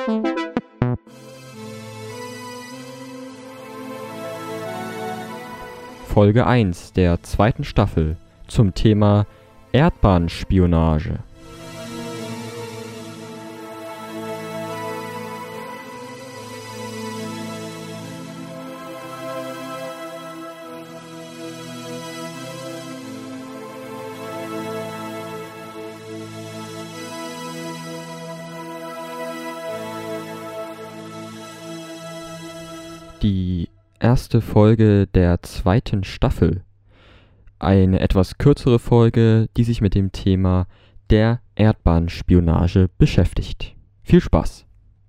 Folge 1 der zweiten Staffel zum Thema Erdbahnspionage. Die erste Folge der zweiten Staffel. Eine etwas kürzere Folge, die sich mit dem Thema der Erdbahnspionage beschäftigt. Viel Spaß!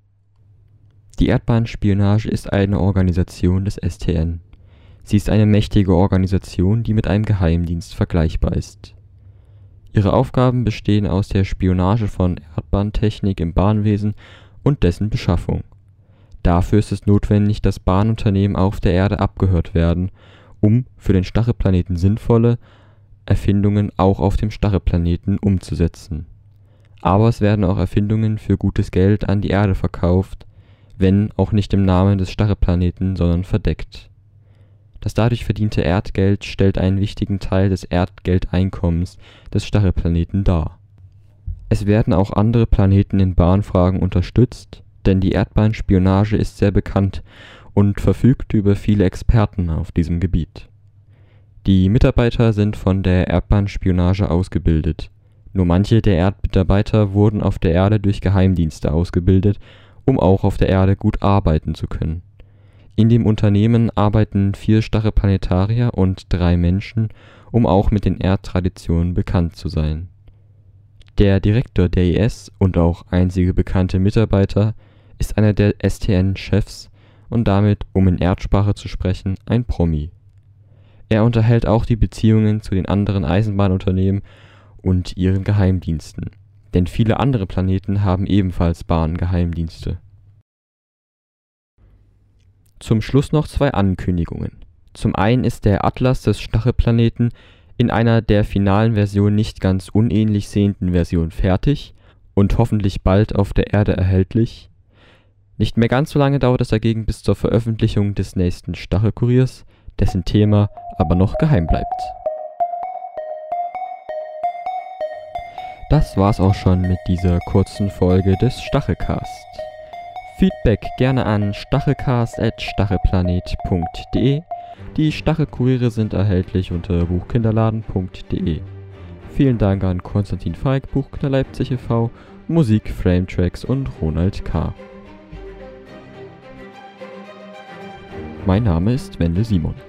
Die Erdbahnspionage ist eine Organisation des STN. Sie ist eine mächtige Organisation, die mit einem Geheimdienst vergleichbar ist. Ihre Aufgaben bestehen aus der Spionage von Erdbahntechnik im Bahnwesen und dessen Beschaffung. Dafür ist es notwendig, dass Bahnunternehmen auf der Erde abgehört werden, um für den Stacheplaneten sinnvolle Erfindungen auch auf dem Stacheplaneten umzusetzen. Aber es werden auch Erfindungen für gutes Geld an die Erde verkauft, wenn auch nicht im Namen des Stacheplaneten, sondern verdeckt. Das dadurch verdiente Erdgeld stellt einen wichtigen Teil des Erdgeldeinkommens des Stacheplaneten dar. Es werden auch andere Planeten in Bahnfragen unterstützt, denn die Erdbahnspionage ist sehr bekannt und verfügt über viele Experten auf diesem Gebiet. Die Mitarbeiter sind von der Erdbahnspionage ausgebildet. Nur manche der Erdmitarbeiter wurden auf der Erde durch Geheimdienste ausgebildet, um auch auf der Erde gut arbeiten zu können. In dem Unternehmen arbeiten 4 Stacheplanetarier und 3 Menschen, um auch mit den Erdtraditionen bekannt zu sein. Der Direktor der IS und auch einzige bekannte Mitarbeiter ist einer der STN-Chefs und damit, um in Erdsprache zu sprechen, ein Promi. Er unterhält auch die Beziehungen zu den anderen Eisenbahnunternehmen und ihren Geheimdiensten, denn viele andere Planeten haben ebenfalls Bahngeheimdienste. Zum Schluss noch 2 Ankündigungen. Zum einen ist der Atlas des Stacheplaneten in einer der finalen Version nicht ganz unähnlich sehenden Version fertig und hoffentlich bald auf der Erde erhältlich. Nicht mehr ganz so lange dauert es dagegen bis zur Veröffentlichung des nächsten Stachelkuriers, dessen Thema aber noch geheim bleibt. Das war's auch schon mit dieser kurzen Folge des Stachelcast. Feedback gerne an stachelcast@stachelplanet.de. Die Stachelkuriere sind erhältlich unter buchkinderladen.de. Vielen Dank an Konstantin Feig, Buchkinder Leipzig e.V., Musik, Frametracks und Ronald K. Mein Name ist Wendel Simon.